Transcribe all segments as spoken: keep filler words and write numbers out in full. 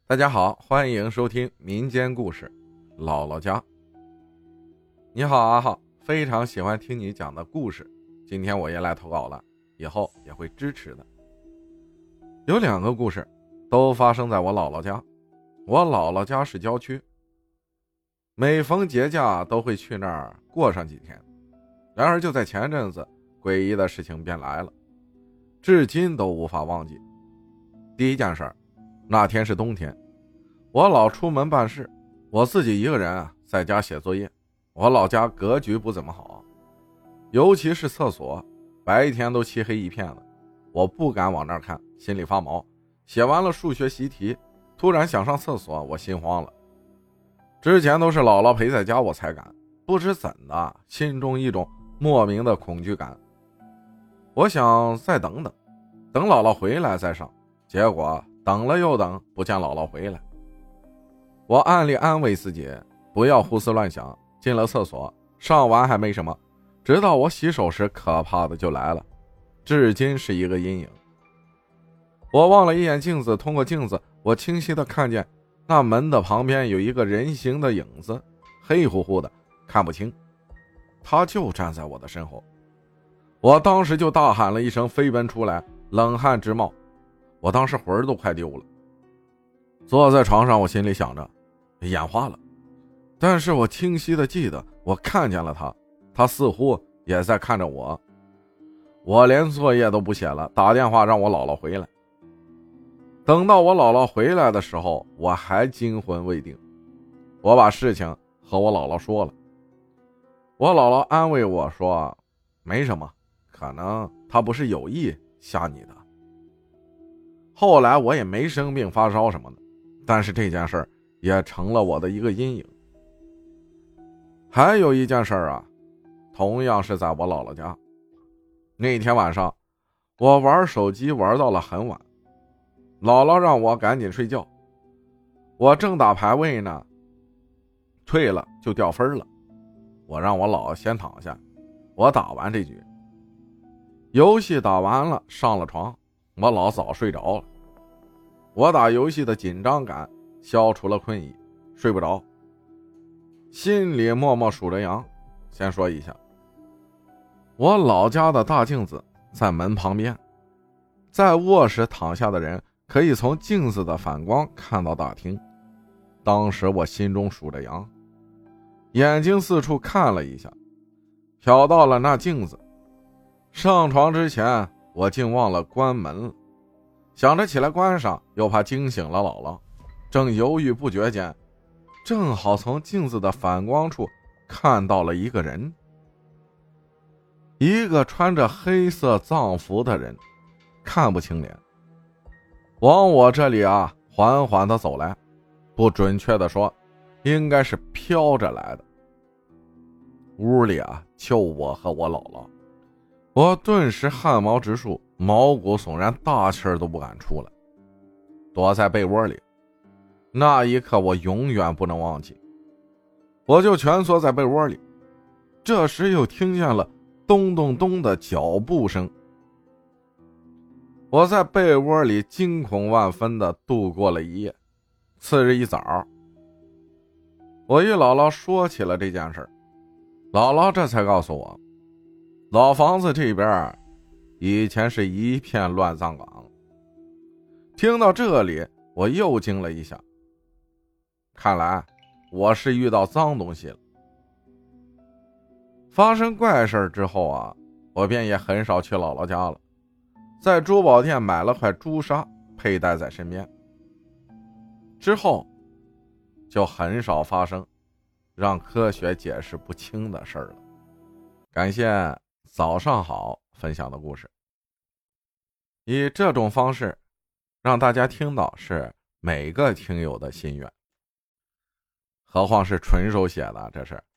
大家好，欢迎收听民间故事姥姥家。你好阿浩，非常喜欢听你讲的故事，今天我也来投稿了，以后也会支持的。有两个故事都发生在我姥姥家，我姥姥家是郊区，每逢节假都会去那儿过上几天。然而就在前阵子，诡异的事情便来了，至今都无法忘记。第一件事，那天是冬天，我老出门办事，我自己一个人啊在家写作业。我老家格局不怎么好，尤其是厕所，白天都漆黑一片的，我不敢往那儿看，心里发毛。写完了数学习题，突然想上厕所，我心慌了。之前都是姥姥陪在家我才敢，不知怎的，心中一种莫名的恐惧感。我想再等等，等姥姥回来再上，结果等了又等，不见姥姥回来。我暗里安慰自己，不要胡思乱想。进了厕所，上完还没什么，直到我洗手时，可怕的就来了，至今是一个阴影。我望了一眼镜子，通过镜子，我清晰地看见那门的旁边有一个人形的影子，黑乎乎的，看不清。他就站在我的身后，我当时就大喊了一声，飞奔出来，冷汗直冒，我当时魂儿都快丢了。坐在床上，我心里想着，眼花了。但是我清晰地记得，我看见了他，他似乎也在看着我。我连作业都不写了，打电话让我姥姥回来。等到我姥姥回来的时候，我还惊魂未定。我把事情和我姥姥说了，我姥姥安慰我说，没什么，可能他不是有意吓你的。后来我也没生病发烧什么的，但是这件事也成了我的一个阴影。还有一件事啊，同样是在我姥姥家。那天晚上，我玩手机玩到了很晚，姥姥让我赶紧睡觉。我正打排位呢，退了就掉分了。我让我姥先躺下，我打完这局。游戏打完了，上了床，我姥早睡着了。我打游戏的紧张感消除了困意，睡不着。心里默默数着羊。先说一下，我老家的大镜子在门旁边，在卧室躺下的人可以从镜子的反光看到大厅。当时我心中数着羊，眼睛四处看了一下，瞟到了那镜子。上床之前我竟忘了关门了，想着起来关上，又怕惊醒了姥姥，正犹豫不决间，正好从镜子的反光处看到了一个人，一个穿着黑色藏服的人，看不清脸，往我这里啊缓缓地走来，不准确地说，应该是飘着来的。屋里啊就我和我姥姥，我顿时汗毛直竖，毛骨悚然，大气儿都不敢出来，躲在被窝里。那一刻我永远不能忘记，我就蜷缩在被窝里。这时又听见了咚咚咚的脚步声，我在被窝里惊恐万分地度过了一夜。次日一早，我与姥姥说起了这件事，姥姥这才告诉我，老房子这边以前是一片乱葬岗。听到这里，我又惊了一下，看来我是遇到脏东西了。发生怪事之后啊，我便也很少去姥姥家了，在珠宝店买了块朱砂佩戴在身边。之后就很少发生让科学解释不清的事儿了。感谢早上好分享的故事，以这种方式让大家听到是每个听友的心愿，何况是纯手写的，这是。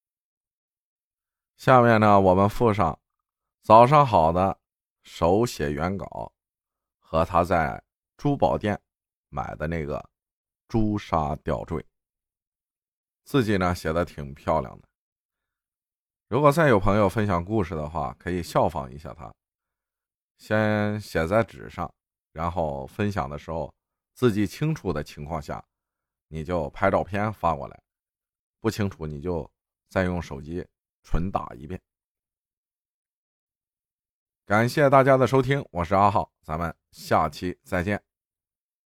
下面呢，我们附上早上好的手写原稿和他在珠宝店买的那个朱砂吊坠，字迹呢写的挺漂亮的。如果再有朋友分享故事的话，可以效仿一下他，先写在纸上，然后分享的时候自己清楚的情况下，你就拍照片发过来，不清楚你就再用手机纯打一遍。感谢大家的收听，我是阿浩，咱们下期再见。